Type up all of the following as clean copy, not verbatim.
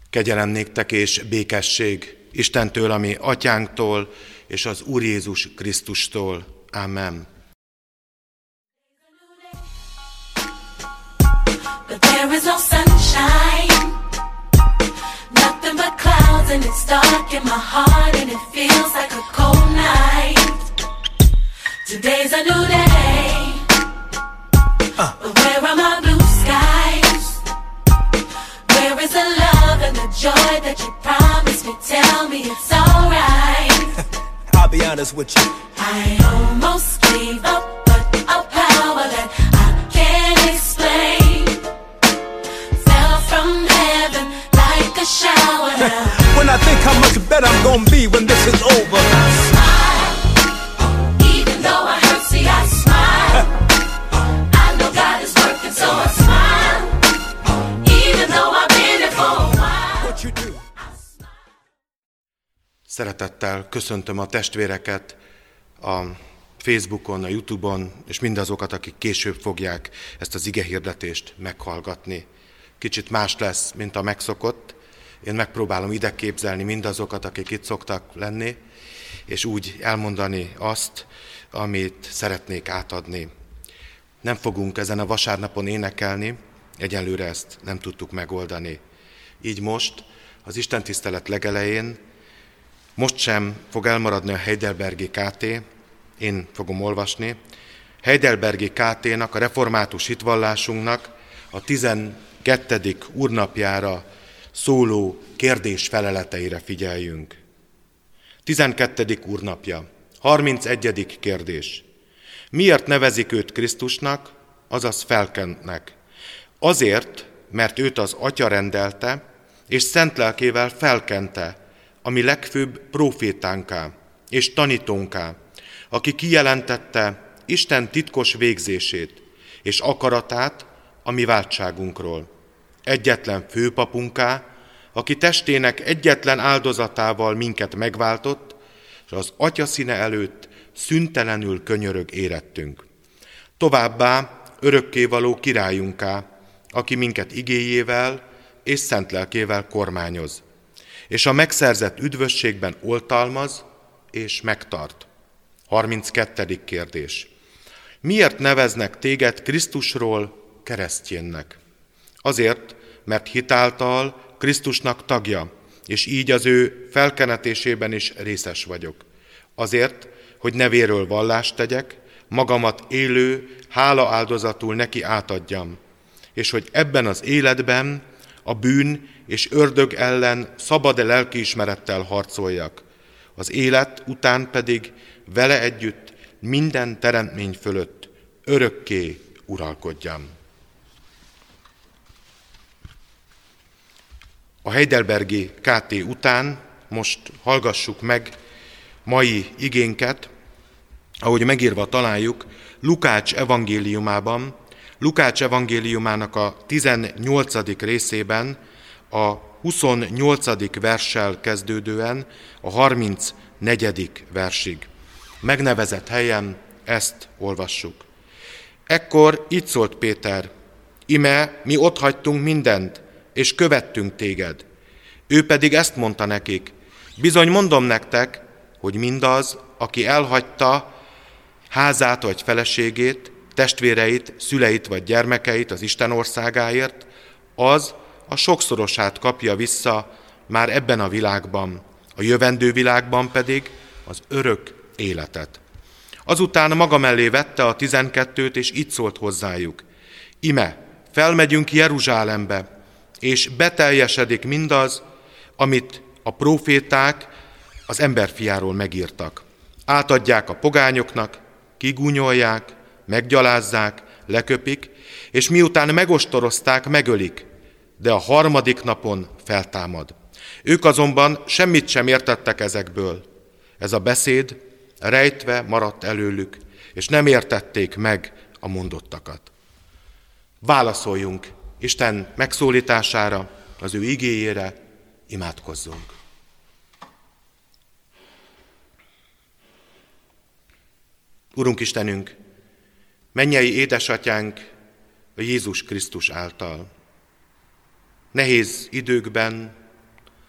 Kegyelem néktek és békesség Istentől, ami atyánktól, és az Úr Jézus Krisztustól. Amen. But there is no sunshine, nothing but clouds, and it's dark in my heart, and it feels like a cold night. Today's a new day, but where are my blue skies? Where is the love and the joy that you promised me? Tell me it's alright. I'll be honest with you. I almost gave up, but a power that I can't explain fell from heaven like a shower now. When I think how much better I'm gonna be when this is over, I smile, even though I hurt, see I smile. I know God is working, so I smile, even though I've been here for a while. what you do? Szeretettel köszöntöm a testvéreket a Facebookon, a YouTube-on, és mindazokat, akik később fogják ezt az igehirdetést meghallgatni. Kicsit más lesz, mint a megszokott. Én megpróbálom ide képzelni mindazokat, akik itt szoktak lenni, és úgy elmondani azt, amit szeretnék átadni. Nem fogunk ezen a vasárnapon énekelni, egyelőre ezt nem tudtuk megoldani. Így most, az istentisztelet legelején, most sem fog elmaradni a Heidelbergi KT, én fogom olvasni. Heidelbergi KT-nak, a református hitvallássunknak a 12. úrnapjára szóló kérdés-feleleteire figyeljünk. 12. úrnapja, 31. kérdés. Miért nevezik őt Krisztusnak, azaz felkentnek? Azért, mert őt az Atya rendelte, és szent lelkével felkente, ami legfőbb prófétánká és tanítónká, aki kijelentette Isten titkos végzését és akaratát a mi váltságunkról. Egyetlen főpapunká, aki testének egyetlen áldozatával minket megváltott, és az Atya színe előtt szüntelenül könyörög érettünk. Továbbá örökkévaló királyunká, aki minket igéjével és szent lelkével kormányoz, és a megszerzett üdvösségben oltalmaz és megtart. 32. kérdés. Miért neveznek téged Krisztusról keresztjénnek? Azért, mert hitáltal Krisztusnak tagja, és így az ő felkenetésében is részes vagyok. Azért, hogy nevéről vallást tegyek, magamat élő, hálaáldozatul neki átadjam, és hogy ebben az életben a bűn és ördög ellen szabad lelkiismerettel harcoljak, az élet után pedig vele együtt minden teremtmény fölött örökké uralkodjam. A Heidelbergi KT után most hallgassuk meg mai igénket, ahogy megírva találjuk Lukács evangéliumában, Lukács evangéliumának a 18. részében, a 28. verssel kezdődően a 34. versig. Megnevezett helyen ezt olvassuk. Ekkor így szólt Péter, ime mi otthagytunk mindent, és követtünk téged. Ő pedig ezt mondta nekik, bizony mondom nektek, hogy mindaz, aki elhagyta házát vagy feleségét, testvéreit, szüleit vagy gyermekeit az Isten országáért, az a sokszorosát kapja vissza már ebben a világban, a jövendő világban pedig az örök életet. Azután maga mellé vette a 12-t, és így szólt hozzájuk. Ime, felmegyünk Jeruzsálembe, és beteljesedik mindaz, amit a próféták az emberfiáról megírtak. Átadják a pogányoknak, kigúnyolják, meggyalázzák, leköpik, és miután megostorozták, megölik, de a harmadik napon feltámad. Ők azonban semmit sem értettek ezekből. Ez a beszéd rejtve maradt előlük, és nem értették meg a mondottakat. Válaszoljunk Isten megszólítására, az ő igéjére, imádkozzunk. Urunk Istenünk, mennyei édesatyánk a Jézus Krisztus által. Nehéz időkben,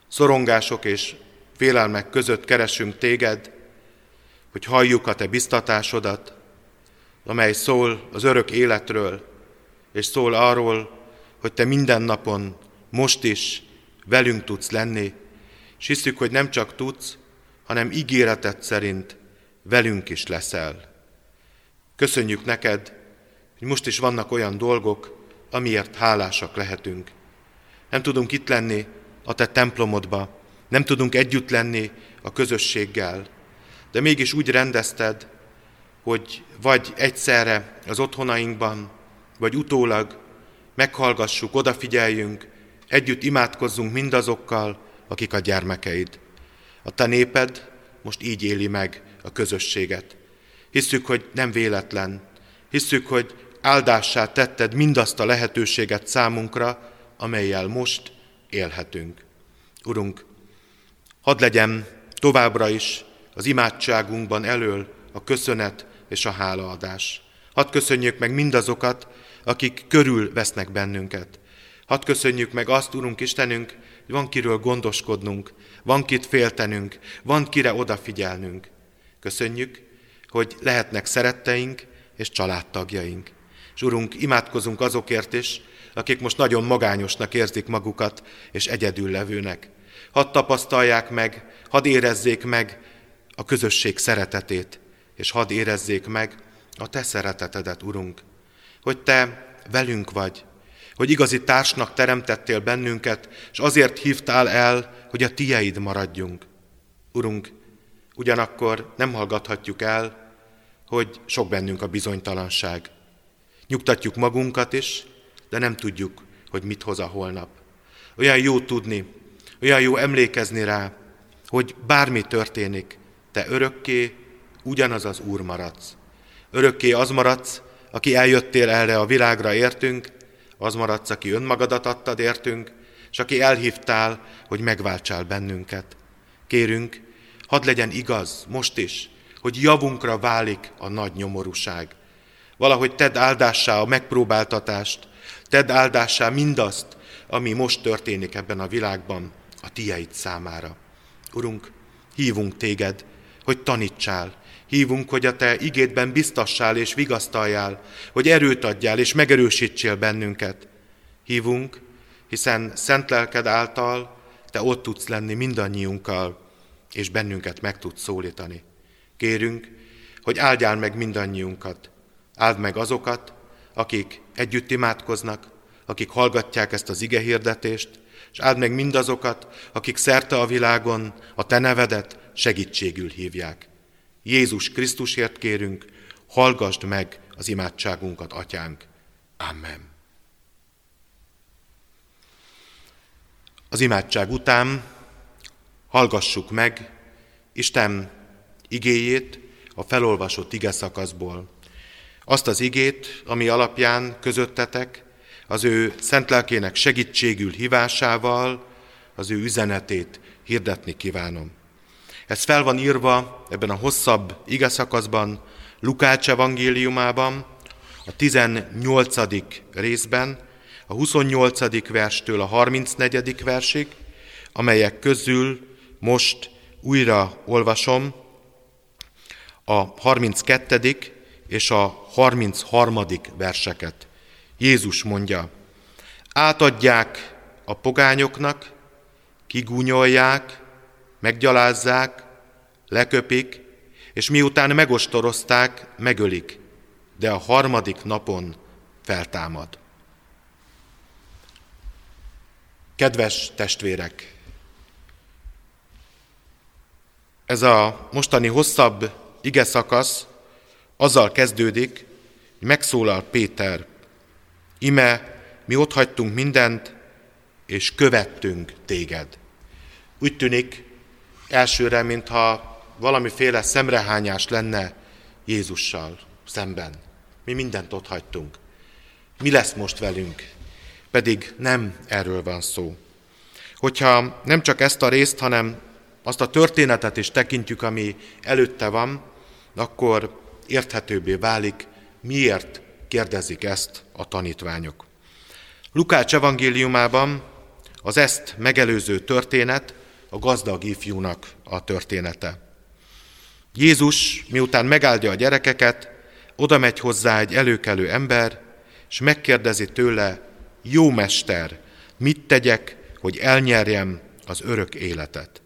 Szorongások és félelmek között keresünk téged, hogy halljuk a te biztatásodat, amely szól az örök életről, és szól arról, hogy te minden napon, most is velünk tudsz lenni, és hiszük, hogy nem csak tudsz, hanem ígéreted szerint velünk is leszel. Köszönjük neked, hogy most is vannak olyan dolgok, amiért hálásak lehetünk. Nem tudunk itt lenni a te templomodba, nem tudunk együtt lenni a közösséggel, de mégis úgy rendezted, hogy vagy egyszerre az otthonainkban, vagy utólag meghallgassuk, odafigyeljünk, együtt imádkozzunk mindazokkal, akik a gyermekeid. A te néped most így éli meg a közösséget. Hisszük, hogy nem véletlen. Hisszük, hogy áldássá tetted mindazt a lehetőséget számunkra, amellyel most élhetünk. Urunk, hadd legyen továbbra is az imádságunkban elől a köszönet és a hálaadás. Hadd köszönjük meg mindazokat, akik körül vesznek bennünket. Hadd köszönjük meg azt, Urunk Istenünk, hogy van kiről gondoskodnunk, van kit féltenünk, van kire odafigyelnünk. Köszönjük, hogy lehetnek szeretteink és családtagjaink. És Urunk, imádkozunk azokért is, akik most nagyon magányosnak érzik magukat és egyedül levőnek. Hadd tapasztalják meg, hadd érezzék meg a közösség szeretetét, és hadd érezzék meg a te szeretetedet, Urunk, hogy te velünk vagy, hogy igazi társnak teremtettél bennünket, és azért hívtál el, hogy a tieid maradjunk. Urunk, ugyanakkor nem hallgathatjuk el, hogy sok bennünk a bizonytalanság. Nyugtatjuk magunkat is, de nem tudjuk, hogy mit hoz a holnap. Olyan jó tudni, olyan jó emlékezni rá, hogy bármi történik, te örökké ugyanaz az Úr maradsz. Örökké az maradsz, aki eljöttél erre a világra értünk, az maradsz, aki önmagadat adtad értünk, és aki elhívtál, hogy megváltsál bennünket. Kérünk, hadd legyen igaz most is, hogy javunkra válik a nagy nyomorúság. Valahogy tedd áldássá a megpróbáltatást, tedd áldássá mindazt, ami most történik ebben a világban a tieid számára. Urunk, hívunk téged, hogy tanítsál, hívunk, hogy a te igédben biztassál és vigasztaljál, hogy erőt adjál és megerősítsél bennünket. Hívunk, hiszen szent lelked által te ott tudsz lenni mindannyiunkkal, és bennünket meg tudsz szólítani. Kérünk, hogy áldjál meg mindannyiunkat, áld meg azokat, akik együtt imádkoznak, akik hallgatják ezt az igehirdetést, és áld meg mindazokat, akik szerte a világon a te nevedet segítségül hívják. Jézus Krisztusért kérünk, hallgasd meg az imádságunkat, Atyánk. Amen. Az imádság után hallgassuk meg Isten igéjét a felolvasott igeszakaszból. Azt az igét, ami alapján közöttetek az ő szent lelkének segítségül hívásával az ő üzenetét hirdetni kívánom. Ez fel van írva ebben a hosszabb igeszakaszban, Lukács evangéliumában, a 18. részben, a 28. verstől a 34. versig, amelyek közül most újra olvasom a 32. és a 33. verseket. Jézus mondja, átadják a pogányoknak, kigúnyolják, meggyalázzák, leköpik, és miután megostorozták, megölik, de a harmadik napon feltámad. Kedves testvérek! Ez a mostani hosszabb igeszakasz azzal kezdődik, hogy megszólal Péter, ime, mi otthagytunk mindent, és követtünk téged. Úgy tűnik elsőre, mintha valamiféle szemrehányás lenne Jézussal szemben. Mi mindent otthagytunk. Mi lesz most velünk? Pedig nem erről van szó. Hogyha nem csak ezt a részt, hanem azt a történetet is tekintjük, ami előtte van, akkor érthetőbbé válik, miért kérdezik ezt a tanítványok. Lukács evangéliumában az ezt megelőző történet a gazdag ifjúnak a története. Jézus, miután megáldja a gyerekeket, oda megy hozzá egy előkelő ember, és megkérdezi tőle: jó mester, mit tegyek, hogy elnyerjem az örök életet?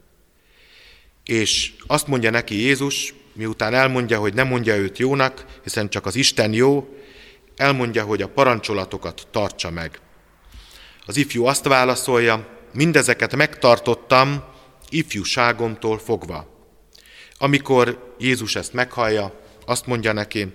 És azt mondja neki Jézus, miután elmondja, hogy nem mondja őt jónak, hiszen csak az Isten jó, elmondja, hogy a parancsolatokat tartsa meg. Az ifjú azt válaszolja: mindezeket megtartottam ifjúságomtól fogva. Amikor Jézus ezt meghallja, azt mondja neki: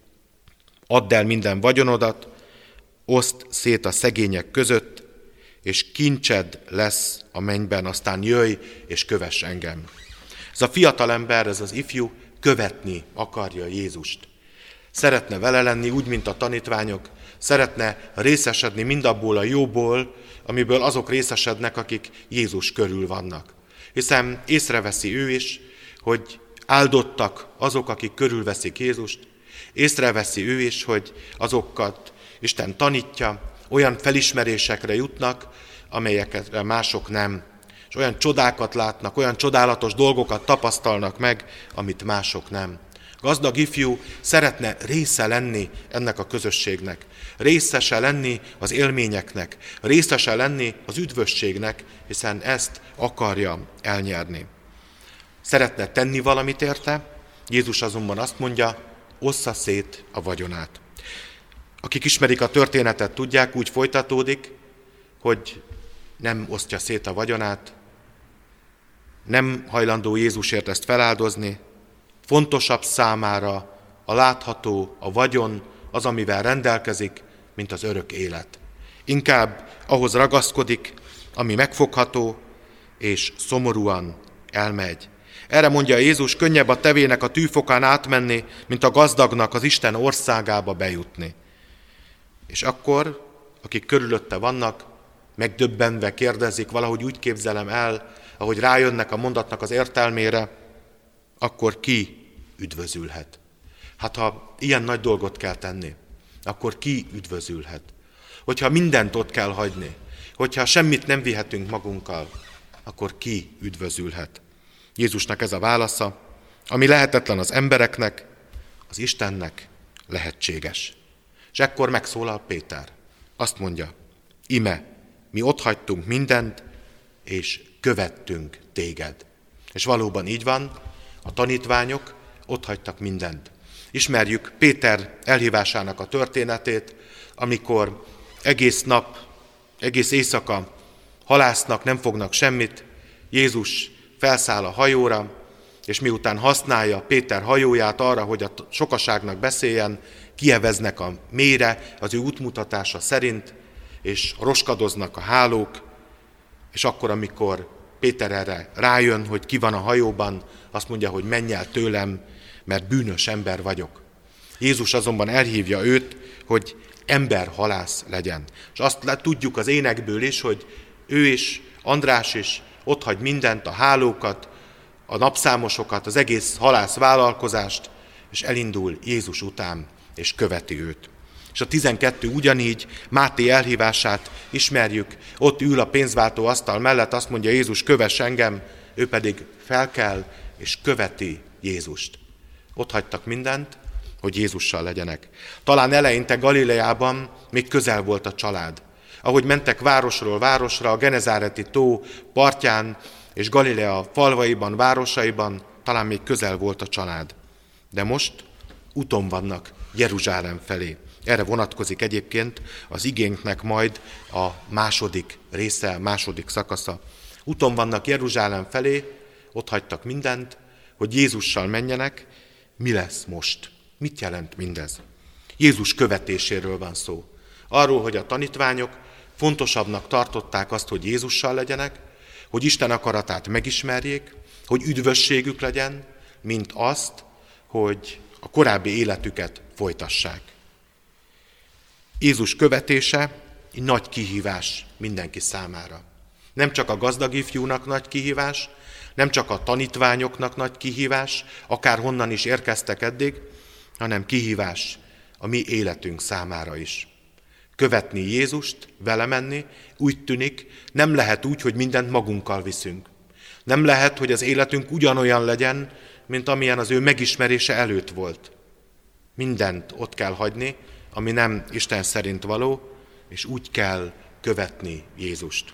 add el minden vagyonodat, oszd szét a szegények között, és kincsed lesz a mennyben, aztán jöjj és kövess engem. Ez a fiatalember, ez az ifjú követni akarja Jézust. Szeretne vele lenni, úgy, mint a tanítványok, szeretne részesedni mindabból a jóból, amiből azok részesednek, akik Jézus körül vannak. Hiszen észreveszi ő is, hogy áldottak azok, akik körülveszik Jézust, észreveszi ő is, hogy azokat Isten tanítja, olyan felismerésekre jutnak, amelyeket mások nem. És olyan csodákat látnak, olyan csodálatos dolgokat tapasztalnak meg, amit mások nem. Gazdag ifjú szeretne része lenni ennek a közösségnek, részese lenni az élményeknek, részese lenni az üdvösségnek, hiszen ezt akarja elnyerni. Szeretne tenni valamit érte, Jézus azonban azt mondja: ossza szét a vagyonát. Akik ismerik a történetet, tudják, úgy folytatódik, hogy nem osztja szét a vagyonát, nem hajlandó Jézusért ezt feláldozni, fontosabb számára a látható, a vagyon, az, amivel rendelkezik, mint az örök élet. Inkább ahhoz ragaszkodik, ami megfogható, és szomorúan elmegy. Erre mondja Jézus: könnyebb a tevének a tűfokán átmenni, mint a gazdagnak az Isten országába bejutni. És akkor, akik körülötte vannak, megdöbbenve kérdezik, valahogy úgy képzelem el, ahogy rájönnek a mondatnak az értelmére, akkor ki üdvözülhet? Hát ha ilyen nagy dolgot kell tenni, akkor ki üdvözülhet? Hogyha mindent ott kell hagyni, hogyha semmit nem vihetünk magunkkal, akkor ki üdvözülhet? Jézusnak ez a válasza: ami lehetetlen az embereknek, az Istennek lehetséges. És ekkor megszólal Péter. Azt mondja: ime, mi otthagytunk mindent, és követtünk téged. És valóban így van, a tanítványok otthagytak mindent. Ismerjük Péter elhívásának a történetét, amikor egész nap, egész éjszaka halásznak, nem fognak semmit, Jézus felszáll a hajóra, és miután használja Péter hajóját arra, hogy a sokaságnak beszéljen, kieveznek a mélyre az ő útmutatása szerint, és roskadoznak a hálók, és akkor, amikor Péter erre rájön, hogy ki van a hajóban, azt mondja, hogy menj el tőlem, mert bűnös ember vagyok. Jézus azonban elhívja őt, hogy emberhalász legyen. És azt tudjuk az énekből is, hogy ő is, András is otthagy mindent, a hálókat, a napszámosokat, az egész halász vállalkozást, és elindul Jézus után, és követi őt. És a 12 ugyanígy Máté elhívását ismerjük, ott ül a pénzváltó asztal mellett, azt mondja Jézus: kövess engem, ő pedig felkel, és követi Jézust. Ott hagytak mindent, hogy Jézussal legyenek. Talán eleinte Galileában még közel volt a család. Ahogy mentek városról városra, a Genezáreti tó partján és Galilea falvaiban, városaiban, talán még közel volt a család. De most úton vannak Jeruzsálem felé. Erre vonatkozik egyébként az igénknek majd a második része, a második szakasza. Úton vannak Jeruzsálem felé, ott hagytak mindent, hogy Jézussal menjenek. Mi lesz most? Mit jelent mindez? Jézus követéséről van szó. Arról, hogy a tanítványok fontosabbnak tartották azt, hogy Jézussal legyenek, hogy Isten akaratát megismerjék, hogy üdvösségük legyen, mint azt, hogy a korábbi életüket folytassák. Jézus követése egy nagy kihívás mindenki számára. Nem csak a gazdag ifjúnak nagy kihívás, nem csak a tanítványoknak nagy kihívás, akár honnan is érkeztek eddig, hanem kihívás a mi életünk számára is. Követni Jézust, vele menni, úgy tűnik, nem lehet úgy, hogy mindent magunkkal viszünk. Nem lehet, hogy az életünk ugyanolyan legyen, mint amilyen az ő megismerése előtt volt. Mindent ott kell hagyni, ami nem Isten szerint való, és úgy kell követni Jézust.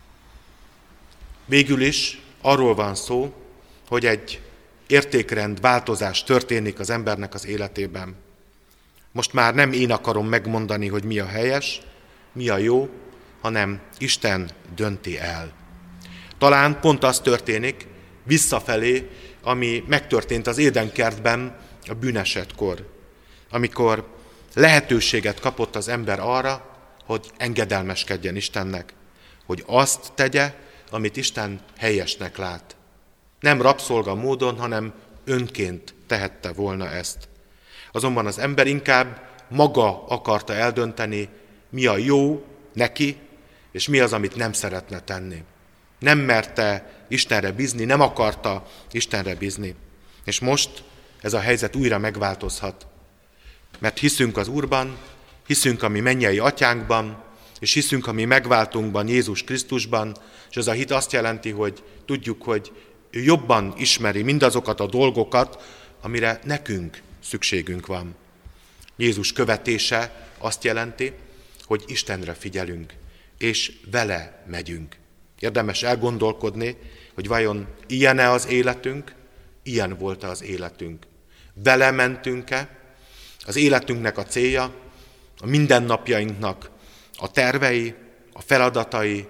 Végül is arról van szó, hogy egy értékrend változás történik az embernek az életében. Most már nem én akarom megmondani, hogy mi a helyes, mi a jó, hanem Isten dönti el. Talán pont az történik visszafelé, ami megtörtént az Édenkertben a bűnesetkor, amikor lehetőséget kapott az ember arra, hogy engedelmeskedjen Istennek, hogy azt tegye, amit Isten helyesnek lát. Nem rabszolga módon, hanem önként tehette volna ezt. Azonban az ember inkább maga akarta eldönteni, mi a jó neki, és mi az, amit nem szeretne tenni. Nem merte Istenre bízni, nem akarta Istenre bízni. És most ez a helyzet újra megváltozhat. Mert hiszünk az Úrban, hiszünk a mi mennyei atyánkban, és hiszünk a mi megváltunkban, Jézus Krisztusban, és ez a hit azt jelenti, hogy tudjuk, hogy ő jobban ismeri mindazokat a dolgokat, amire nekünk szükségünk van. Jézus követése azt jelenti, hogy Istenre figyelünk, és vele megyünk. Érdemes elgondolkodni, hogy vajon ilyen-e az életünk, ilyen volt-e az életünk. Vele mentünk-e, az életünknek a célja, a mindennapjainknak a tervei, a feladatai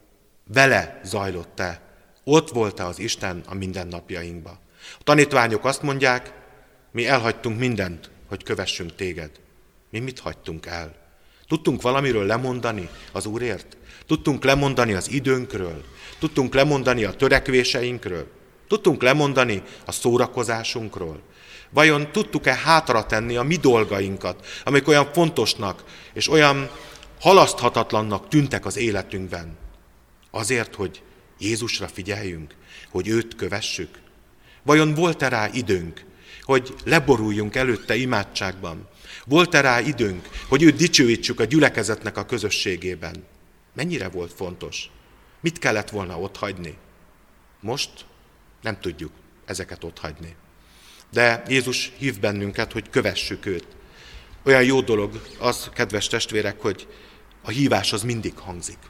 vele zajlott-e? Ott volt-e az Isten a mindennapjainkban? A tanítványok azt mondják, mi elhagytunk mindent, hogy kövessünk téged. Mi mit hagytunk el? Tudtunk valamiről lemondani az Úrért? Tudtunk lemondani az időnkről? Tudtunk lemondani a törekvéseinkről? Tudtunk lemondani a szórakozásunkról? Vajon tudtuk-e hátra tenni a mi dolgainkat, amik olyan fontosnak és olyan halaszthatatlannak tűntek az életünkben? Azért, hogy Jézusra figyeljünk, hogy őt kövessük? Vajon volt-e rá időnk, hogy leboruljunk előtte imádságban? Volt-e rá időnk, hogy őt dicsőítsük a gyülekezetnek a közösségében? Mennyire volt fontos? Mit kellett volna otthagyni? Most nem tudjuk ezeket otthagyni. De Jézus hív bennünket, hogy kövessük őt. Olyan jó dolog az, kedves testvérek, hogy a hívás az mindig hangzik.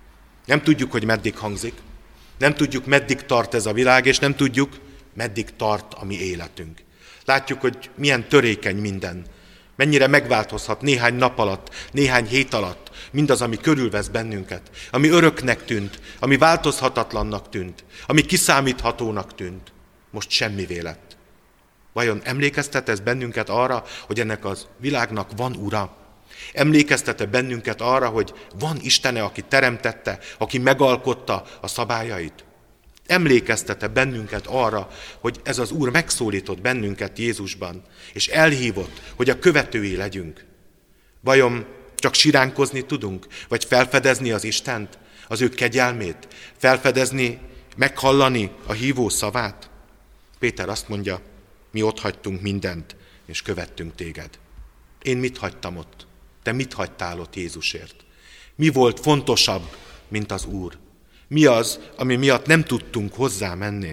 Nem tudjuk, hogy meddig hangzik, nem tudjuk, meddig tart ez a világ, és nem tudjuk, meddig tart a mi életünk. Látjuk, hogy milyen törékeny minden, mennyire megváltozhat néhány nap alatt, néhány hét alatt mindaz, ami körülvesz bennünket, ami öröknek tűnt, ami változhatatlannak tűnt, ami kiszámíthatónak tűnt, most semmivé lett. Vajon emlékeztet ez bennünket arra, hogy ennek az világnak van ura? Emlékeztet-e bennünket arra, hogy van Istene, aki teremtette, aki megalkotta a szabályait? Emlékeztet-e bennünket arra, hogy ez az Úr megszólított bennünket Jézusban, és elhívott, hogy a követői legyünk? Vajon csak siránkozni tudunk, vagy felfedezni az Istent, az ő kegyelmét, felfedezni, meghallani a hívó szavát? Péter azt mondja, mi otthagytunk mindent, és követtünk téged. Én mit hagytam ott? Te mit hagytál ott Jézusért? Mi volt fontosabb, mint az Úr? Mi az, ami miatt nem tudtunk hozzá menni?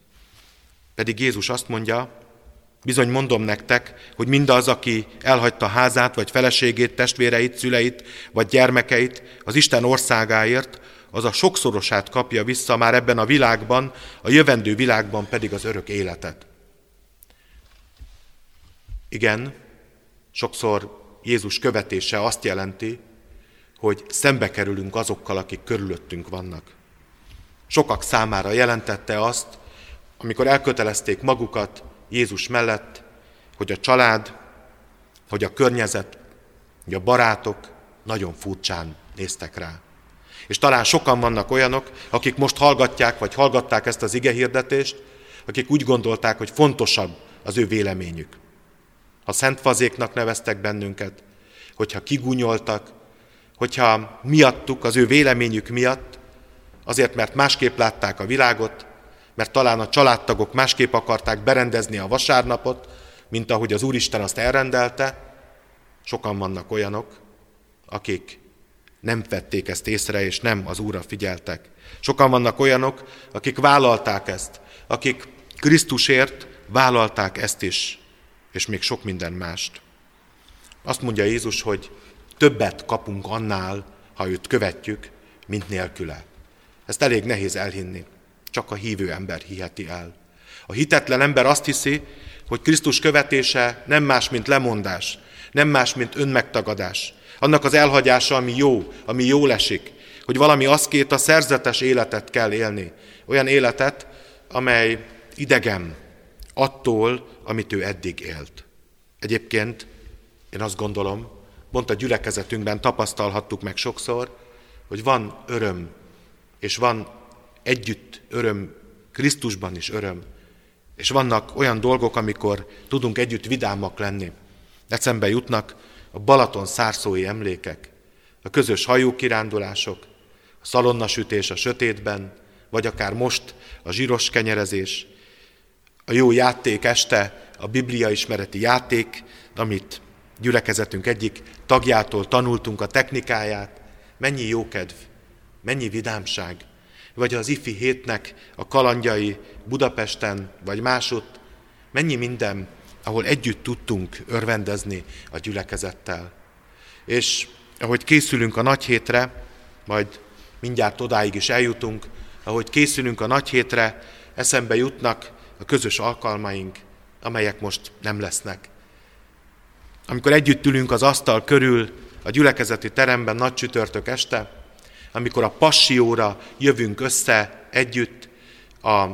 Pedig Jézus azt mondja, bizony mondom nektek, hogy mindaz, aki elhagyta házát, vagy feleségét, testvéreit, szüleit, vagy gyermekeit az Isten országáért, az a sokszorosát kapja vissza már ebben a világban, a jövendő világban pedig az örök életet. Igen, sokszor Jézus követése azt jelenti, hogy szembe kerülünk azokkal, akik körülöttünk vannak. Sokak számára jelentette azt, amikor elkötelezték magukat Jézus mellett, hogy a család, hogy a környezet, hogy a barátok nagyon furcsán néztek rá. És talán sokan vannak olyanok, akik most hallgatják, vagy hallgatták ezt az igehirdetést, akik úgy gondolták, hogy fontosabb az ő véleményük. Ha szentfazéknak neveztek bennünket, hogyha kigúnyoltak, hogyha miattuk, az ő véleményük miatt, azért, mert másképp látták a világot, mert talán a családtagok másképp akarták berendezni a vasárnapot, mint ahogy az Úristen azt elrendelte, sokan vannak olyanok, akik nem vették ezt észre, és nem az Úrra figyeltek. Sokan vannak olyanok, akik vállalták ezt, akik Krisztusért vállalták ezt is, és még sok minden mást. Azt mondja Jézus, hogy többet kapunk annál, ha őt követjük, mint nélküle. Ezt elég nehéz elhinni. Csak a hívő ember hiheti el. A hitetlen ember azt hiszi, hogy Krisztus követése nem más, mint lemondás, nem más, mint önmegtagadás. Annak az elhagyása, ami jól esik, hogy valami aszkéta, szerzetes életet kell élni. Olyan életet, amely idegen attól, amit ő eddig élt. Egyébként én azt gondolom, pont a gyülekezetünkben tapasztalhattuk meg sokszor, hogy van öröm, és van együtt öröm, Krisztusban is öröm. És vannak olyan dolgok, amikor tudunk együtt vidámak lenni. Eszembe jutnak a Balaton szárszói emlékek, a közös hajókirándulások, a szalonnasütés a sötétben, vagy akár most a zsíros kenyerezés, a jó játék este, a bibliaismereti játék, amit gyülekezetünk egyik tagjától tanultunk a technikáját. Mennyi jókedv, mennyi vidámság. Vagy az ifi hétnek a kalandjai Budapesten, vagy másutt. Mennyi minden, ahol együtt tudtunk örvendezni a gyülekezettel. És ahogy készülünk a nagyhétre, majd mindjárt odáig is eljutunk, ahogy készülünk a nagyhétre, eszembe jutnak a közös alkalmaink, amelyek most nem lesznek. Amikor együtt ülünk az asztal körül a gyülekezeti teremben nagy csütörtök este, amikor a passióra jövünk össze együtt a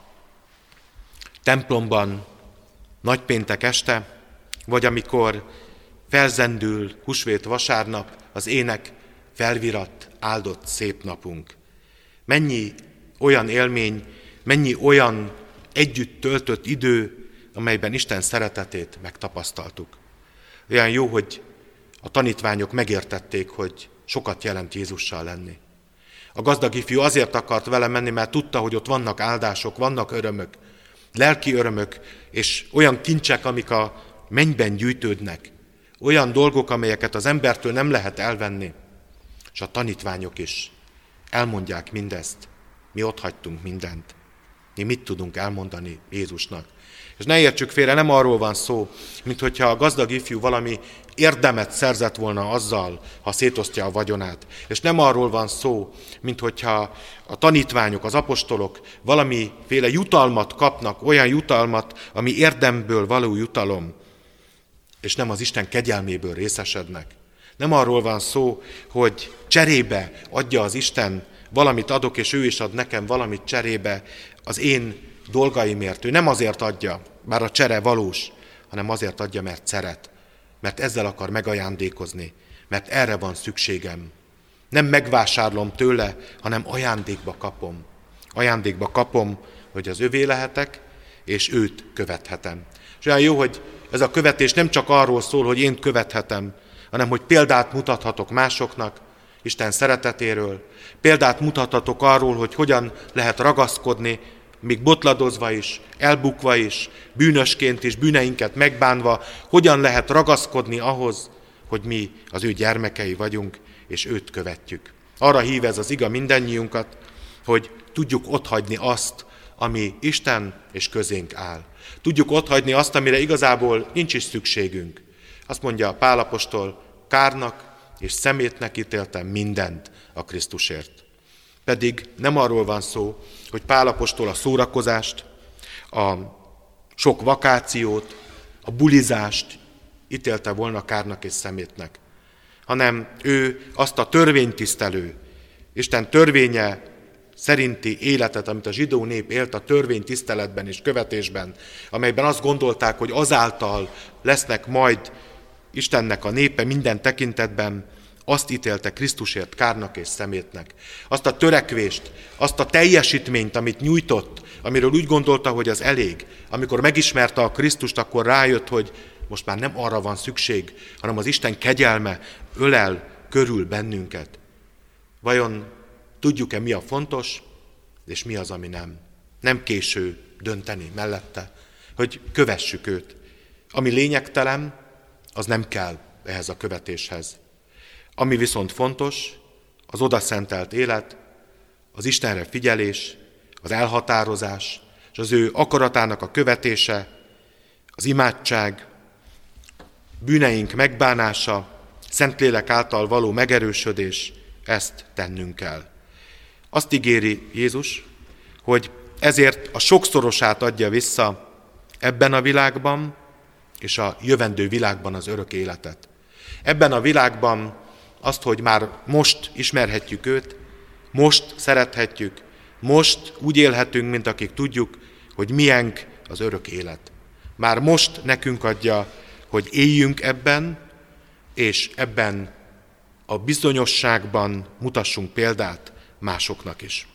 templomban nagypéntek este, vagy amikor felzendül húsvét vasárnap az ének felvirat, áldott szép napunk. Mennyi olyan élmény, mennyi olyan együtt töltött idő, amelyben Isten szeretetét megtapasztaltuk. Olyan jó, hogy a tanítványok megértették, hogy sokat jelent Jézussal lenni. A gazdag ifjú azért akart vele menni, mert tudta, hogy ott vannak áldások, vannak örömök, lelki örömök, és olyan kincsek, amik a mennyben gyűjtődnek. Olyan dolgok, amelyeket az embertől nem lehet elvenni. És a tanítványok is elmondják mindezt. Mi ott hagytunk mindent. Mi mit tudunk elmondani Jézusnak? És ne értsük félre, nem arról van szó, mint hogyha a gazdag ifjú valami érdemet szerzett volna azzal, ha szétosztja a vagyonát. És nem arról van szó, mint hogyha a tanítványok, az apostolok valamiféle jutalmat kapnak, olyan jutalmat, ami érdemből való jutalom, és nem az Isten kegyelméből részesednek. Nem arról van szó, hogy cserébe adja az Isten, valamit adok, és ő is ad nekem valamit cserébe az én dolgaimért. Ő nem azért adja, bár a csere valós, hanem azért adja, mert szeret, mert ezzel akar megajándékozni, mert erre van szükségem. Nem megvásárlom tőle, hanem ajándékba kapom. Ajándékba kapom, hogy az övé lehetek, és őt követhetem. És olyan jó, hogy ez a követés nem csak arról szól, hogy én követhetem, hanem hogy példát mutathatok másoknak Isten szeretetéről, példát mutathatok arról, hogy hogyan lehet ragaszkodni, még botladozva is, elbukva is, bűnösként is, bűneinket megbánva, hogyan lehet ragaszkodni ahhoz, hogy mi az ő gyermekei vagyunk, és őt követjük. Arra hív ez az iga mindannyiunkat, hogy tudjuk otthagyni azt, ami Isten és közénk áll. Tudjuk otthagyni azt, amire igazából nincs is szükségünk. Azt mondja Pál apostol, kárnak és szemétnek ítéltem mindent a Krisztusért. Pedig nem arról van szó, hogy Pál apostol a szórakozást, a sok vakációt, a bulizást ítélte volna kárnak és szemétnek, hanem ő azt a törvénytisztelő, Isten törvénye szerinti életet, amit a zsidó nép élt a törvénytiszteletben és követésben, amelyben azt gondolták, hogy azáltal lesznek majd Istennek a népe minden tekintetben, azt ítélte Krisztusért kárnak és szemétnek. Azt a törekvést, azt a teljesítményt, amit nyújtott, amiről úgy gondolta, hogy az elég. Amikor megismerte a Krisztust, akkor rájött, hogy most már nem arra van szükség, hanem az Isten kegyelme ölel körül bennünket. Vajon tudjuk-e, mi a fontos, és mi az, ami nem? Nem késő dönteni mellette, hogy kövessük őt. Ami lényegtelen, az nem kell ehhez a követéshez. Ami viszont fontos, az odaszentelt élet, az Istenre figyelés, az elhatározás, és az ő akaratának a követése, az imádság, bűneink megbánása, Szentlélek által való megerősödés, ezt tennünk kell. Azt ígéri Jézus, hogy ezért a sokszorosát adja vissza ebben a világban, és a jövendő világban az örök életet. Ebben a világban azt, hogy már most ismerhetjük őt, most szerethetjük, most úgy élhetünk, mint akik tudjuk, hogy miénk az örök élet. Már most nekünk adja, hogy éljünk ebben, és ebben a bizonyosságban mutassunk példát másoknak is.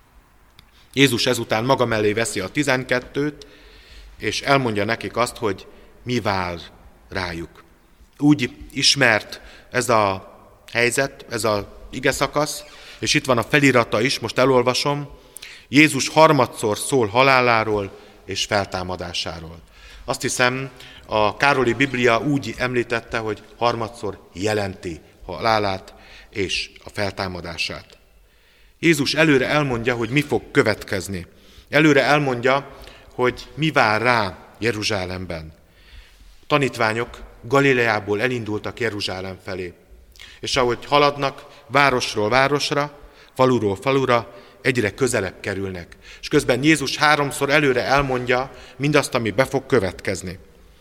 Jézus ezután maga mellé veszi a 12-t, és elmondja nekik azt, hogy mi vár rájuk. Úgy ismert ez a helyzet, ez az igeszakasz, és itt van a felirata is, most elolvasom. Jézus harmadszor szól haláláról és feltámadásáról. Azt hiszem, a Károli Biblia úgy említette, hogy harmadszor jelenti halálát és a feltámadását. Jézus előre elmondja, hogy mi fog következni. Előre elmondja, hogy mi vár rá Jeruzsálemben. A tanítványok Galileából elindultak Jeruzsálem felé. És ahogy haladnak városról városra, faluról falura, egyre közelebb kerülnek. És közben Jézus 3-szor előre elmondja mindazt, ami be fog következni.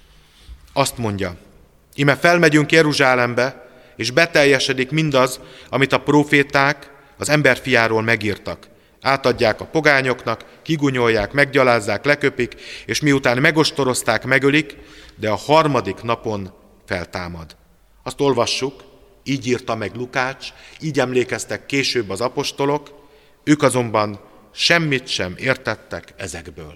Azt mondja, íme felmegyünk Jeruzsálembe, és beteljesedik mindaz, amit a próféták az emberfiáról megírtak. Átadják a pogányoknak, kigunyolják, meggyalázzák, leköpik, és miután megostorozták, megölik, de a harmadik napon feltámad. Azt olvassuk, így írta meg Lukács, így emlékeztek később az apostolok, ők azonban semmit sem értettek ezekből.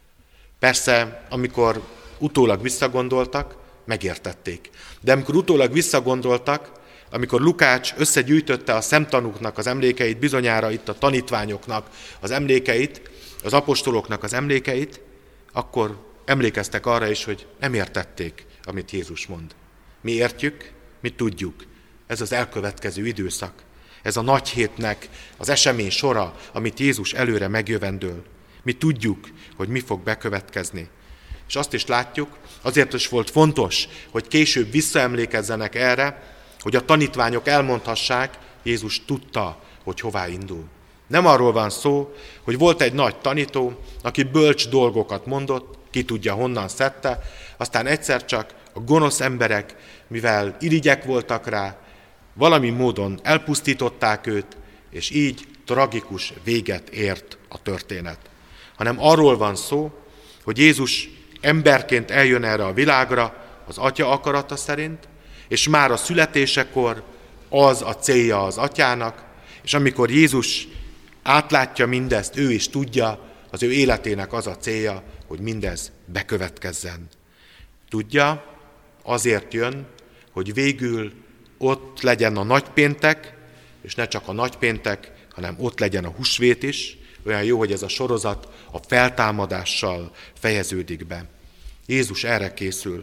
Persze, amikor utólag visszagondoltak, megértették. De amikor utólag visszagondoltak, amikor Lukács összegyűjtötte a szemtanúknak az emlékeit, bizonyára itt a tanítványoknak az emlékeit, az apostoloknak az emlékeit, akkor emlékeztek arra is, hogy nem értették, amit Jézus mond. Mi értjük, mi tudjuk. Ez az elkövetkező időszak. Ez a nagy hétnek az esemény sora, amit Jézus előre megjövendől. Mi tudjuk, hogy mi fog bekövetkezni. És azt is látjuk, azért is volt fontos, hogy később visszaemlékezzenek erre, hogy a tanítványok elmondhassák, Jézus tudta, hogy hová indul. Nem arról van szó, hogy volt egy nagy tanító, aki bölcs dolgokat mondott, ki tudja honnan szedte, aztán egyszer csak a gonosz emberek, mivel irigyek voltak rá, valami módon elpusztították őt, és így tragikus véget ért a történet. Hanem arról van szó, hogy Jézus emberként eljön erre a világra az Atya akarata szerint, és már a születésekor az a célja az Atyának, és amikor Jézus átlátja mindezt, ő is tudja, az ő életének az a célja, hogy mindez bekövetkezzen. Tudja, azért jön, hogy végül ott legyen a nagypéntek, és ne csak a nagypéntek, hanem ott legyen a húsvét is. Olyan jó, hogy ez a sorozat a feltámadással fejeződik be. Jézus erre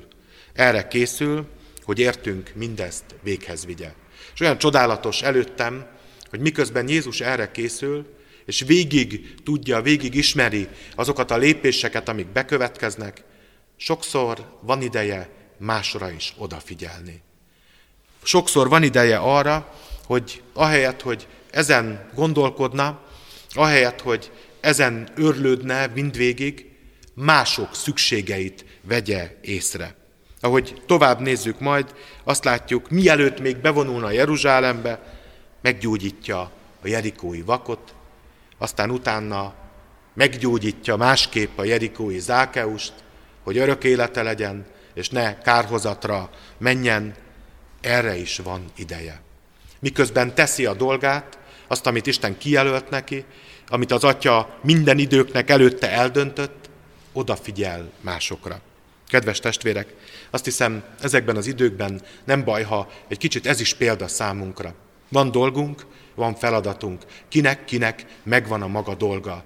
készül, hogy értünk mindezt véghez vigye. És olyan csodálatos előttem, hogy miközben Jézus erre készül, és végig tudja, végig ismeri azokat a lépéseket, amik bekövetkeznek, sokszor van ideje másra is odafigyelni. Sokszor van ideje arra, hogy ahelyett, hogy ezen gondolkodna, ahelyett, hogy ezen őrlődne mindvégig, mások szükségeit vegye észre. Ahogy tovább nézzük majd, azt látjuk, mielőtt még bevonulna Jeruzsálembe, meggyógyítja a jerikói vakot, aztán utána meggyógyítja másképp a jerikói Zákeust, hogy örök élete legyen, és ne kárhozatra menjen, erre is van ideje. Miközben teszi a dolgát, azt, amit Isten kijelölt neki, amit az Atya minden időknek előtte eldöntött, odafigyel másokra. Kedves testvérek, azt hiszem, ezekben az időkben nem baj, ha egy kicsit ez is példa számunkra. Van dolgunk, van feladatunk, kinek megvan a maga dolga.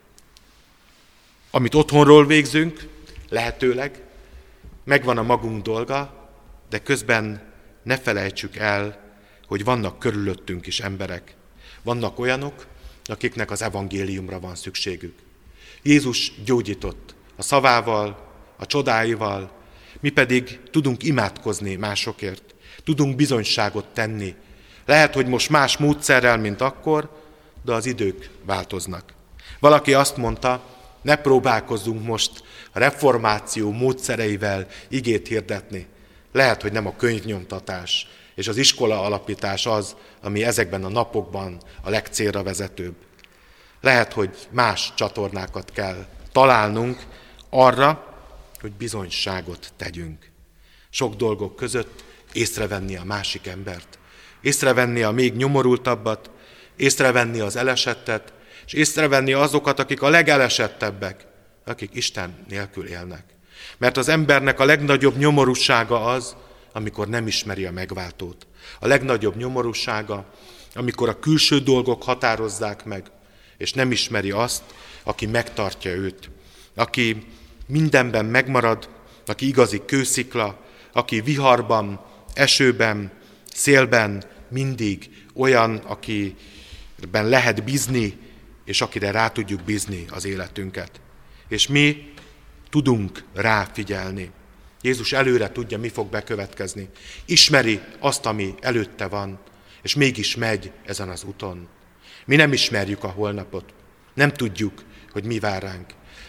Amit otthonról végzünk, lehetőleg, megvan a magunk dolga, de közben ne felejtsük el, hogy vannak körülöttünk is emberek. Vannak olyanok, akiknek az evangéliumra van szükségük. Jézus gyógyított a szavával, a csodáival, mi pedig tudunk imádkozni másokért, tudunk bizonyságot tenni. Lehet, hogy most más módszerrel, mint akkor, de az idők változnak. Valaki azt mondta, ne próbálkozzunk most a reformáció módszereivel igét hirdetni. Lehet, hogy nem a könyvnyomtatás és az iskola alapítás az, ami ezekben a napokban a legcélra vezetőbb. Lehet, hogy más csatornákat kell találnunk arra, hogy bizonyságot tegyünk. Sok dolgok között észrevenni a másik embert, észrevenni a még nyomorultabbat, észrevenni az elesettet, és észrevenni azokat, akik a legelesettebbek, akik Isten nélkül élnek. Mert az embernek a legnagyobb nyomorúsága az, amikor nem ismeri a megváltót. A legnagyobb nyomorúsága, amikor a külső dolgok határozzák meg, és nem ismeri azt, aki megtartja őt, aki mindenben megmarad, aki igazi kőszikla, aki viharban, esőben, szélben mindig olyan, akiben lehet bízni, és akire rá tudjuk bízni az életünket. És mi tudunk rá figyelni. Jézus előre tudja, mi fog bekövetkezni. Ismeri azt, ami előtte van, és mégis megy ezen az úton. Mi nem ismerjük a holnapot. Nem tudjuk, hogy mi vár ránk.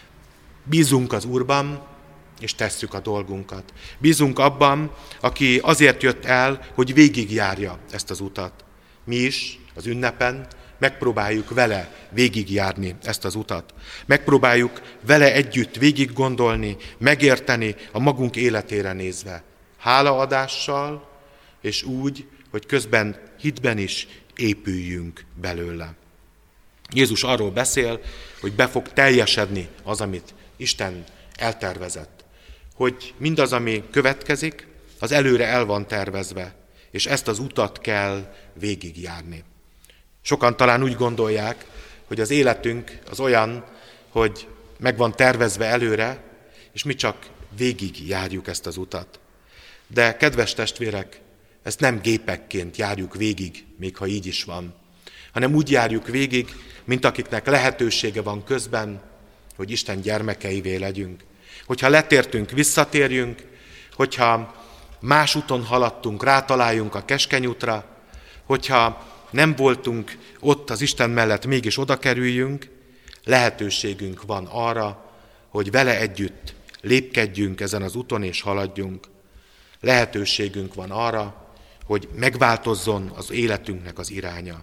Bízunk az Úrban, és tesszük a dolgunkat. Bízunk abban, aki azért jött el, hogy végigjárja ezt az utat. Mi is az ünnepen megpróbáljuk vele végigjárni ezt az utat. Megpróbáljuk vele együtt végiggondolni, megérteni a magunk életére nézve. Hálaadással, és úgy, hogy közben hitben is épüljünk belőle. Jézus arról beszél, hogy be fog teljesedni az, amit Isten eltervezett. Hogy mindaz, ami következik, az előre el van tervezve, és ezt az utat kell végigjárni. Sokan talán úgy gondolják, hogy az életünk az olyan, hogy meg van tervezve előre, és mi csak végigjárjuk ezt az utat. De kedves testvérek, ezt nem gépekként járjuk végig, még ha így is van, hanem úgy járjuk végig, mint akiknek lehetősége van közben, hogy Isten gyermekeivé legyünk. Hogyha letértünk, visszatérjünk, hogyha más úton haladtunk, rátaláljunk a keskeny útra, hogyha nem voltunk ott az Isten mellett, mégis oda kerüljünk, lehetőségünk van arra, hogy vele együtt lépkedjünk ezen az úton és haladjunk. Lehetőségünk van arra, hogy megváltozzon az életünknek az iránya.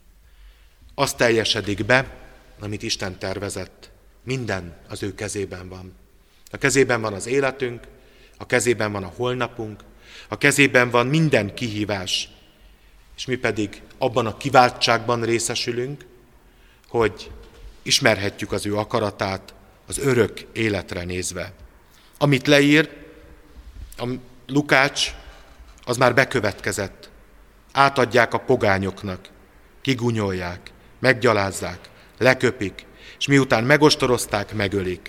Az teljesedik be, amit Isten tervezett. Minden az ő kezében van. A kezében van az életünk, a kezében van a holnapunk, a kezében van minden kihívás, és mi pedig abban a kiváltságban részesülünk, hogy ismerhetjük az ő akaratát az örök életre nézve. Amit leír a Lukács, az már bekövetkezett. Átadják a pogányoknak, kigúnyolják, meggyalázzák, leköpik, és miután megostorozták, megölik.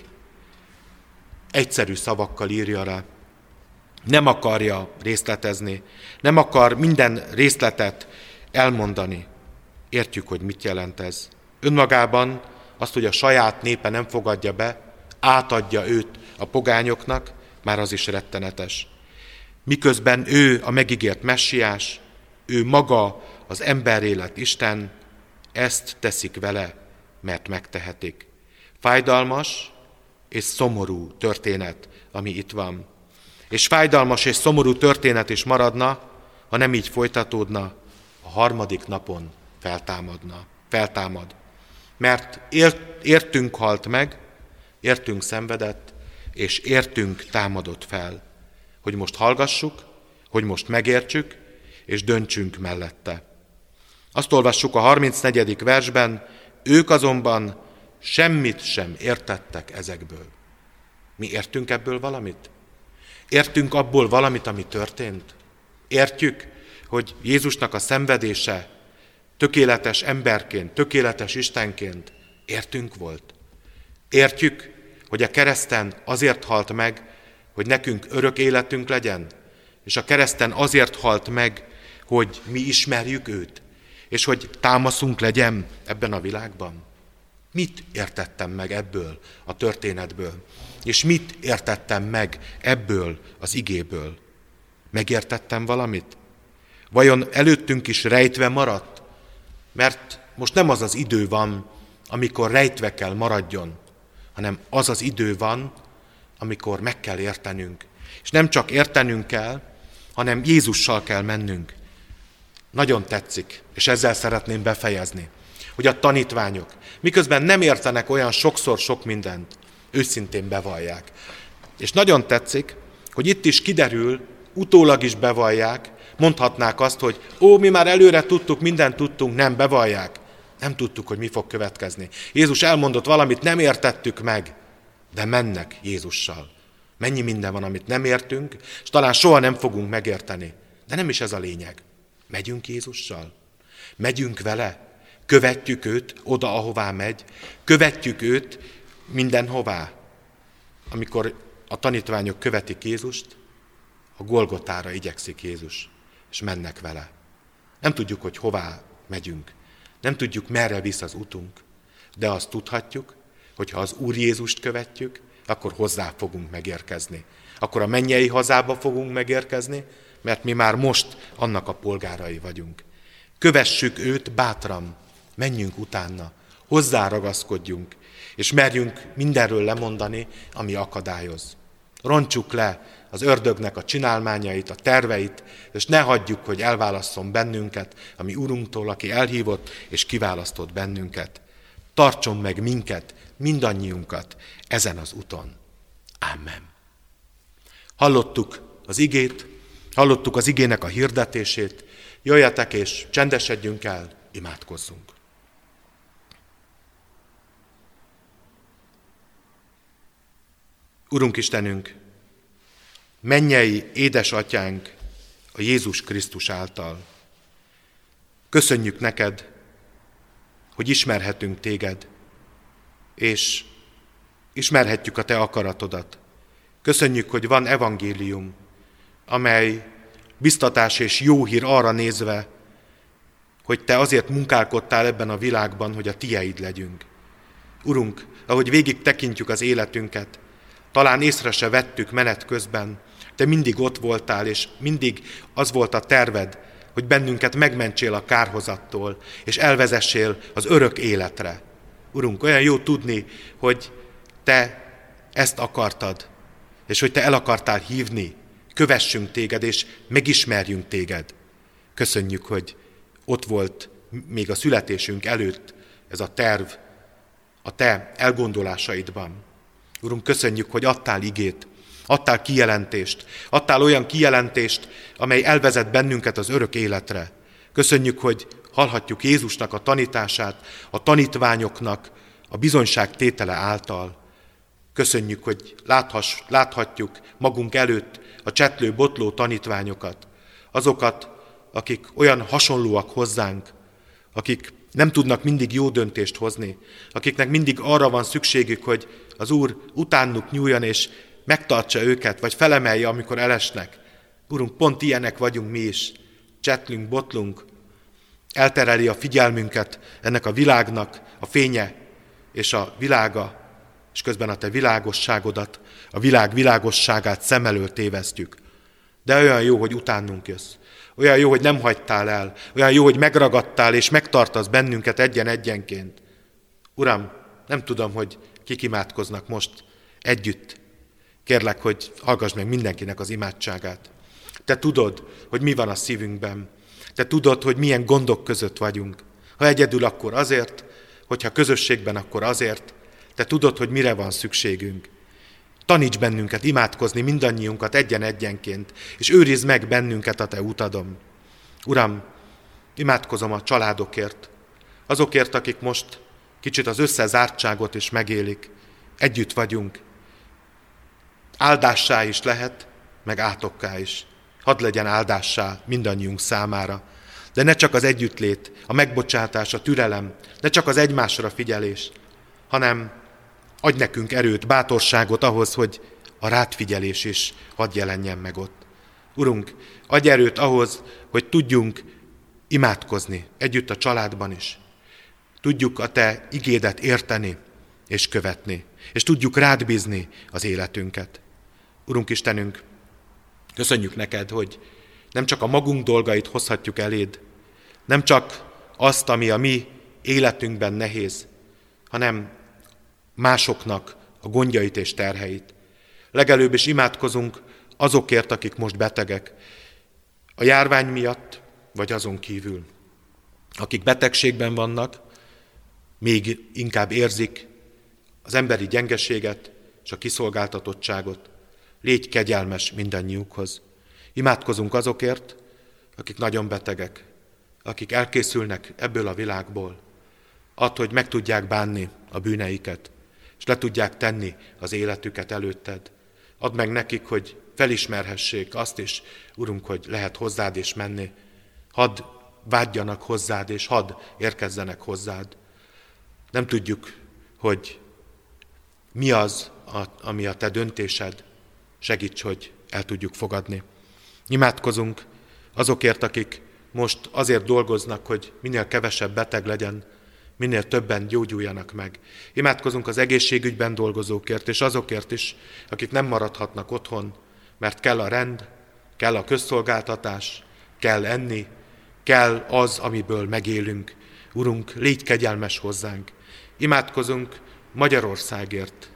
Egyszerű szavakkal írja rá. Nem akarja részletezni, nem akar minden részletet elmondani. Értjük, hogy mit jelent ez. Önmagában azt, hogy a saját népe nem fogadja be, átadja őt a pogányoknak, már az is rettenetes. Miközben ő a megígért messiás, ő maga az emberré lett Isten, ezt teszik vele, mert megtehetik. Fájdalmas és szomorú történet, ami itt van. És fájdalmas és szomorú történet is maradna, ha nem így folytatódna, a harmadik napon feltámad. Mert értünk halt meg, értünk szenvedett, és értünk támadott fel. Hogy most hallgassuk, hogy most megértsük, és döntsünk mellette. Azt olvassuk a 34. versben, ők azonban semmit sem értettek ezekből. Mi értünk ebből valamit? Értünk abból valamit, ami történt? Értjük, hogy Jézusnak a szenvedése tökéletes emberként, tökéletes Istenként értünk volt? Értjük, hogy a kereszten azért halt meg, hogy nekünk örök életünk legyen? És a kereszten azért halt meg, hogy mi ismerjük őt, és hogy támaszunk legyen ebben a világban? Mit értettem meg ebből a történetből? És mit értettem meg ebből az igéből? Megértettem valamit? Vajon előttünk is rejtve maradt? Mert most nem az az idő van, amikor rejtve kell maradjon, hanem az az idő van, amikor meg kell értenünk. És nem csak értenünk kell, hanem Jézussal kell mennünk. Nagyon tetszik, és ezzel szeretném befejezni, hogy a tanítványok, miközben nem értenek olyan sokszor sok mindent, őszintén bevallják. És nagyon tetszik, hogy itt is kiderül, utólag is bevallják, mondhatnák azt, hogy mi már előre tudtuk, mindent tudtunk, nem bevallják. Nem tudtuk, hogy mi fog következni. Jézus elmondott valamit, nem értettük meg, de mennek Jézussal. Mennyi minden van, amit nem értünk, és talán soha nem fogunk megérteni. De nem is ez a lényeg. Megyünk Jézussal? Megyünk vele? Követjük őt oda, ahová megy? Követjük őt mindenhová? Amikor a tanítványok követik Jézust, a Golgotára igyekszik Jézus, és mennek vele. Nem tudjuk, hogy hová megyünk. Nem tudjuk, merre visz az utunk, de azt tudhatjuk, hogy ha az Úr Jézust követjük, akkor hozzá fogunk megérkezni. Akkor a mennyei hazába fogunk megérkezni, mert mi már most annak a polgárai vagyunk. Kövessük őt bátran, menjünk utána, hozzáragaszkodjunk, és merjünk mindenről lemondani, ami akadályoz. Rontsuk le az ördögnek a csinálmányait, a terveit, és ne hagyjuk, hogy elválasszon bennünket, a mi Urunktól, aki elhívott és kiválasztott bennünket. Tartson meg minket, mindannyiunkat ezen az úton. Amen. Hallottuk az igét, hallottuk az igének a hirdetését, jöjjetek és csendesedjünk el, imádkozzunk. Urunk Istenünk, mennyei édesatyánk a Jézus Krisztus által. Köszönjük neked, hogy ismerhetünk téged, és ismerhetjük a te akaratodat. Köszönjük, hogy van evangélium, amely biztatás és jó hír arra nézve, hogy te azért munkálkodtál ebben a világban, hogy a tieid legyünk. Urunk, ahogy végig tekintjük az életünket, talán észre se vettük menet közben, te mindig ott voltál, és mindig az volt a terved, hogy bennünket megmentsél a kárhozattól, és elvezessél az örök életre. Urunk, olyan jó tudni, hogy te ezt akartad, és hogy te el akartál hívni, kövessünk téged, és megismerjünk téged. Köszönjük, hogy ott volt még a születésünk előtt ez a terv a te elgondolásaidban. Urunk, köszönjük, hogy adtál igét, adtál kijelentést, adtál olyan kijelentést, amely elvezet bennünket az örök életre. Köszönjük, hogy hallhatjuk Jézusnak a tanítását, a tanítványoknak a bizonyságtétele által. Köszönjük, hogy láthatjuk magunk előtt a csetlő-botló tanítványokat, azokat, akik olyan hasonlóak hozzánk, akik nem tudnak mindig jó döntést hozni, akiknek mindig arra van szükségük, hogy az Úr utánuk nyúljon és megtartsa őket, vagy felemelje, amikor elesnek. Urunk, pont ilyenek vagyunk mi is. Csetlünk, botlunk, eltereli a figyelmünket ennek a világnak a fénye és a világa, és közben a te világosságodat, a világ világosságát szem elől tévesztjük. De olyan jó, hogy utánunk jössz. Olyan jó, hogy nem hagytál el. Olyan jó, hogy megragadtál és megtartasz bennünket egyen-egyenként. Uram, nem tudom, hogy kik imádkoznak most együtt. Kérlek, hogy hallgass meg mindenkinek az imádságát. Te tudod, hogy mi van a szívünkben. Te tudod, hogy milyen gondok között vagyunk. Ha egyedül, akkor azért, hogyha közösségben, akkor azért. Te tudod, hogy mire van szükségünk. Taníts bennünket imádkozni mindannyiunkat egyen-egyenként, és őrizd meg bennünket a te utadon. Uram, imádkozom a családokért, azokért, akik most kicsit az összezártságot is megélik. Együtt vagyunk. Áldássá is lehet, meg átokká is. Hadd legyen áldássá mindannyiunk számára. De ne csak az együttlét, a megbocsátás, a türelem, ne csak az egymásra figyelés, hanem adj nekünk erőt, bátorságot ahhoz, hogy a rád figyelés is hadd jelenjen meg ott. Urunk, adj erőt ahhoz, hogy tudjunk imádkozni együtt a családban is. Tudjuk a Te igédet érteni és követni, és tudjuk rád bízni az életünket. Urunk Istenünk, köszönjük neked, hogy nem csak a magunk dolgait hozhatjuk eléd, nem csak azt, ami a mi életünkben nehéz, hanem másoknak a gondjait és terheit. Legelőbb is imádkozunk azokért, akik most betegek, a járvány miatt, vagy azon kívül. Akik betegségben vannak, még inkább érzik az emberi gyengeséget és a kiszolgáltatottságot. Légy kegyelmes mindannyiukhoz. Imádkozunk azokért, akik nagyon betegek, akik elkészülnek ebből a világból. Add, hogy meg tudják bánni a bűneiket, és le tudják tenni az életüket előtted. Add meg nekik, hogy felismerhessék azt is, Urunk, hogy lehet hozzád is menni. Hadd vágyjanak hozzád, és hadd érkezzenek hozzád. Nem tudjuk, hogy mi az, ami a te döntésed. Segíts, hogy el tudjuk fogadni. Imádkozunk azokért, akik most azért dolgoznak, hogy minél kevesebb beteg legyen, minél többen gyógyuljanak meg. Imádkozunk az egészségügyben dolgozókért, és azokért is, akik nem maradhatnak otthon, mert kell a rend, kell a közszolgáltatás, kell enni, kell az, amiből megélünk. Urunk, légy kegyelmes hozzánk. Imádkozunk Magyarországért.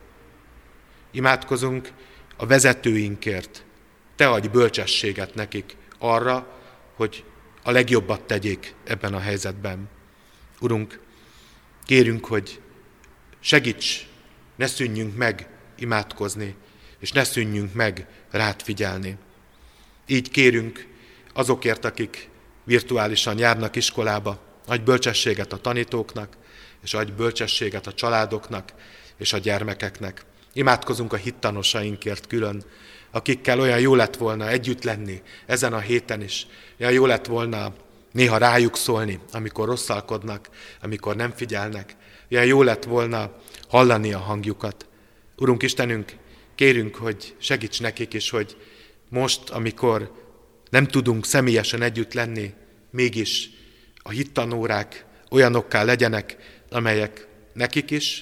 Imádkozunk a vezetőinkért. Te adj bölcsességet nekik arra, hogy a legjobbat tegyék ebben a helyzetben. Urunk, kérünk, hogy segíts, ne szűnjünk meg imádkozni, és ne szűnjünk meg rád figyelni. Így kérünk azokért, akik virtuálisan járnak iskolába, adj bölcsességet a tanítóknak, és adj bölcsességet a családoknak és a gyermekeknek. Imádkozunk a hittanosainkért külön, akikkel olyan jó lett volna együtt lenni ezen a héten is. Olyan jó lett volna néha rájuk szólni, amikor rosszalkodnak, amikor nem figyelnek. Olyan jó lett volna hallani a hangjukat. Urunk Istenünk, kérünk, hogy segíts nekik is, hogy most, amikor nem tudunk személyesen együtt lenni, mégis a hittanórák olyanokká legyenek, amelyek nekik is,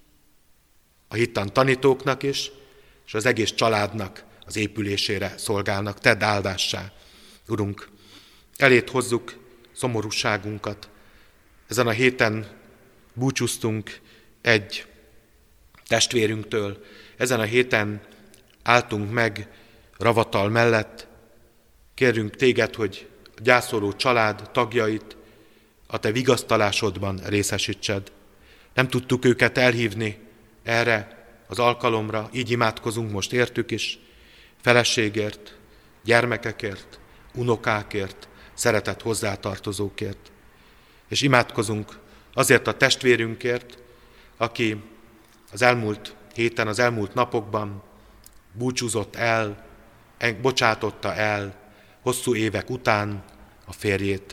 a hittan tanítóknak is, és az egész családnak az épülésére szolgálnak. Tedd áldássá, Urunk! Eléd hozzuk szomorúságunkat. Ezen a héten búcsúztunk egy testvérünktől, ezen a héten álltunk meg ravatal mellett. Kérünk téged, hogy a gyászoló család tagjait a te vigasztalásodban részesítsed. Nem tudtuk őket elhívni erre az alkalomra, így imádkozunk most értük is, feleségért, gyermekekért, unokákért, szeretett hozzátartozókért. És imádkozunk azért a testvérünkért, aki az elmúlt héten, az elmúlt napokban búcsúzott el, bocsátotta el hosszú évek után a férjét.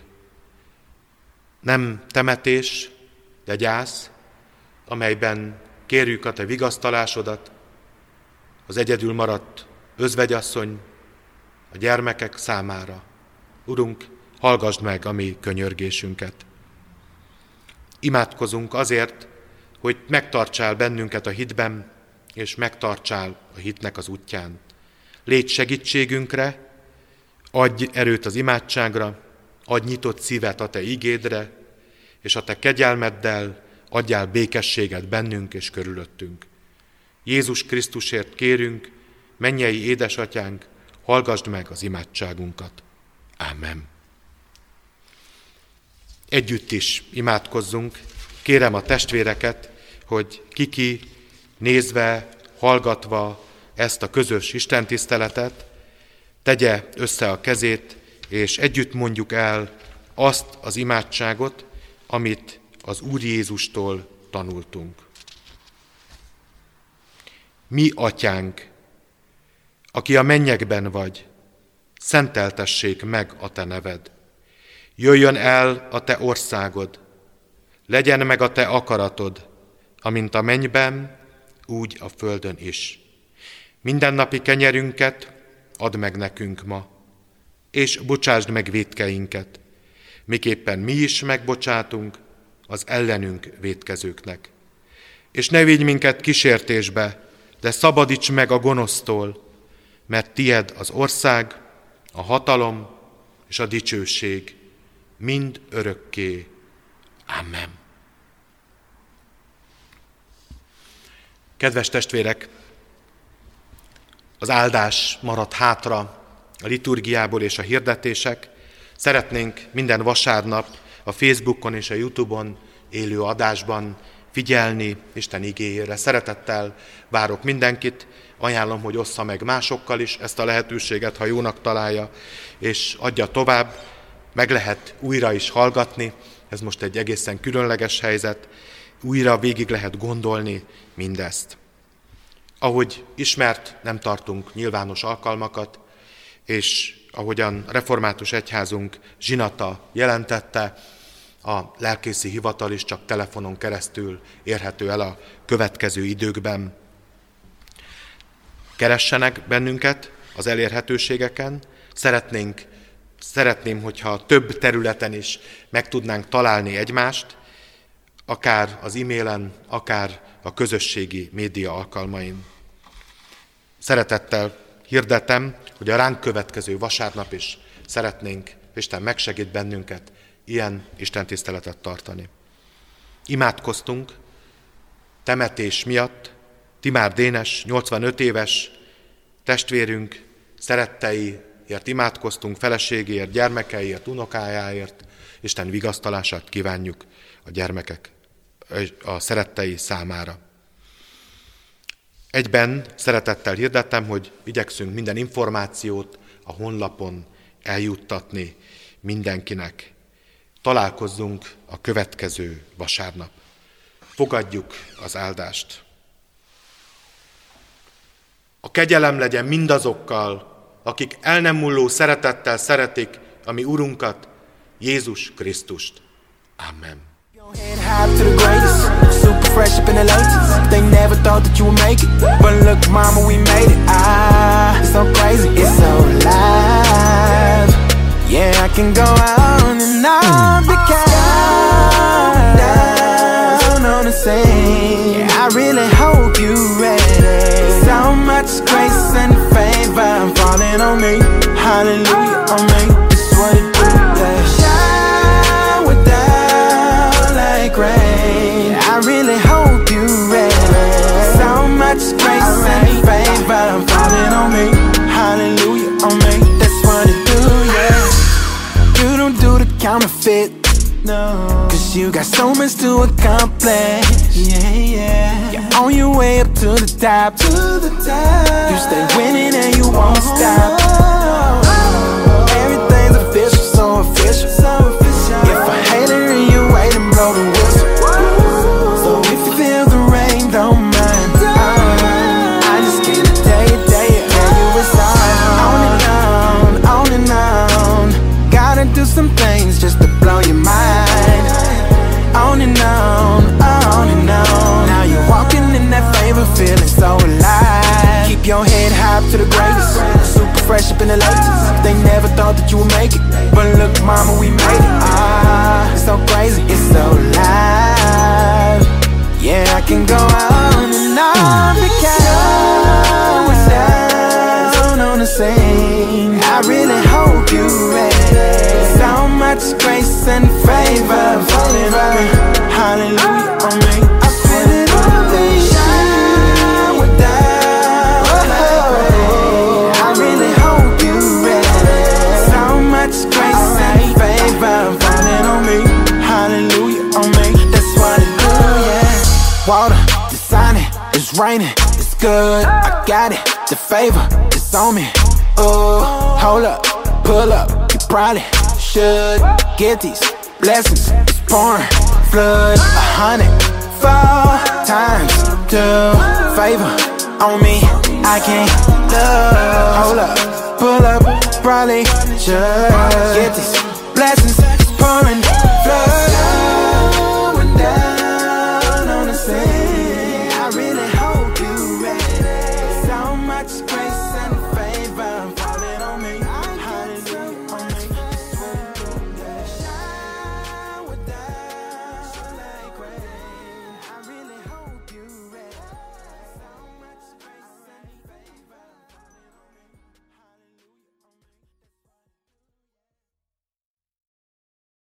Nem temetés, de gyász, amelyben kérjük a te vigasztalásodat, az egyedül maradt özvegyasszony, a gyermekek számára. Urunk, hallgasd meg a mi könyörgésünket. Imádkozunk azért, hogy megtartsál bennünket a hitben, és megtartsál a hitnek az útján. Légy segítségünkre, adj erőt az imádságra, adj nyitott szívet a te igédre, és a te kegyelmeddel adjál békességet bennünk és körülöttünk. Jézus Krisztusért kérünk, mennyei édesatyánk, hallgasd meg az imádságunkat. Ámen. Együtt is imádkozzunk. Kérem a testvéreket, hogy ki nézve, hallgatva ezt a közös istentiszteletet, tegye össze a kezét, és együtt mondjuk el azt az imádságot, amit az Úr Jézustól tanultunk. Mi atyánk, aki a mennyekben vagy, szenteltessék meg a te neved. Jöjjön el a te országod, legyen meg a te akaratod, amint a mennyben, úgy a földön is. Mindennapi kenyerünket add meg nekünk ma, és bocsásd meg vétkeinket, miképpen mi is megbocsátunk az ellenünk vétkezőknek. És ne vigy minket kísértésbe, de szabadíts meg a gonosztól, mert tied az ország, a hatalom és a dicsőség mind örökké. Amen. Kedves testvérek, az áldás maradt hátra a liturgiából és a hirdetések. Szeretnénk minden vasárnap a Facebookon és a YouTube-on élő adásban figyelni Isten igéjére. Szeretettel várok mindenkit, ajánlom, hogy ossza meg másokkal is ezt a lehetőséget, ha jónak találja, és adja tovább. Meg lehet újra is hallgatni, ez most egy egészen különleges helyzet, újra végig lehet gondolni mindezt. Ahogy ismert, nem tartunk nyilvános alkalmakat, és ahogyan a református egyházunk zsinata jelentette, a lelkészi hivatal is csak telefonon keresztül érhető el a következő időkben. Keressenek bennünket az elérhetőségeken, szeretném, hogyha több területen is meg tudnánk találni egymást, akár az e-mailen, akár a közösségi média alkalmain. Szeretettel hirdetem, hogy a ránk következő vasárnap is szeretnénk, Isten megsegít bennünket, ilyen istentiszteletet tartani. Imádkoztunk temetés miatt, Timár Dénes, 85 éves testvérünk szeretteiért imádkoztunk, feleségéért, gyermekeiért, unokájáért, Isten vigasztalását kívánjuk a gyermekek, a szerettei számára. Egyben szeretettel hirdettem, hogy igyekszünk minden információt a honlapon eljuttatni mindenkinek. Találkozzunk a következő vasárnap. Fogadjuk az áldást. A kegyelem legyen mindazokkal, akik el nem múló szeretettel szeretik a mi Urunkat, Jézus Krisztust. Amen. Head high to the greatest, super fresh up in the latest. They never thought that you would make it, but look, mama, we made it. It's so crazy, it's so live. Yeah, I can go on and on because down on the scene. Yeah, I really hope you're ready. So much grace and favor falling on me. Hallelujah on me. This is what it do. Yeah. Shower down like rain. I really hope you're ready. So much grace and favor falling on me. Hallelujah on me. That's what it do. Yeah. You don't do the counterfeit. No, cause you got so much to accomplish. Yeah, yeah. You're on your way up to the top. To the top. You stay winning and you won't stop. Everything's official, so official. So official. If I hate it in your way, then blow the whistle. So if you feel the rain, don't mind. I just came to tell you it's on and on. Gotta do some things just to blow your mind. On and on, on and on. Now you're walking in that favor, feeling so alive. Keep your head high to the greatest, super fresh up in the latest. They never thought that you would make it, but look, mama, we made it. It's so crazy, it's so live. Yeah, I can go on and on because we're down on the scene. I really hope you're ready. So much grace and favor falling on me. Hallelujah on me. I feel it on me. Shower down like rain. I really hope you're ready. So much grace and favor falling on me. Hallelujah on me. That's what it do, yeah. Water, the signing, it's raining, it's good. I got it, the favor, it's on me. Oh, hold up, pull up, you probably should get these blessings. It's pouring, flood, 104 times. The favor on me, I can't love. Hold up, pull up, probably should get these blessings. It's pouring.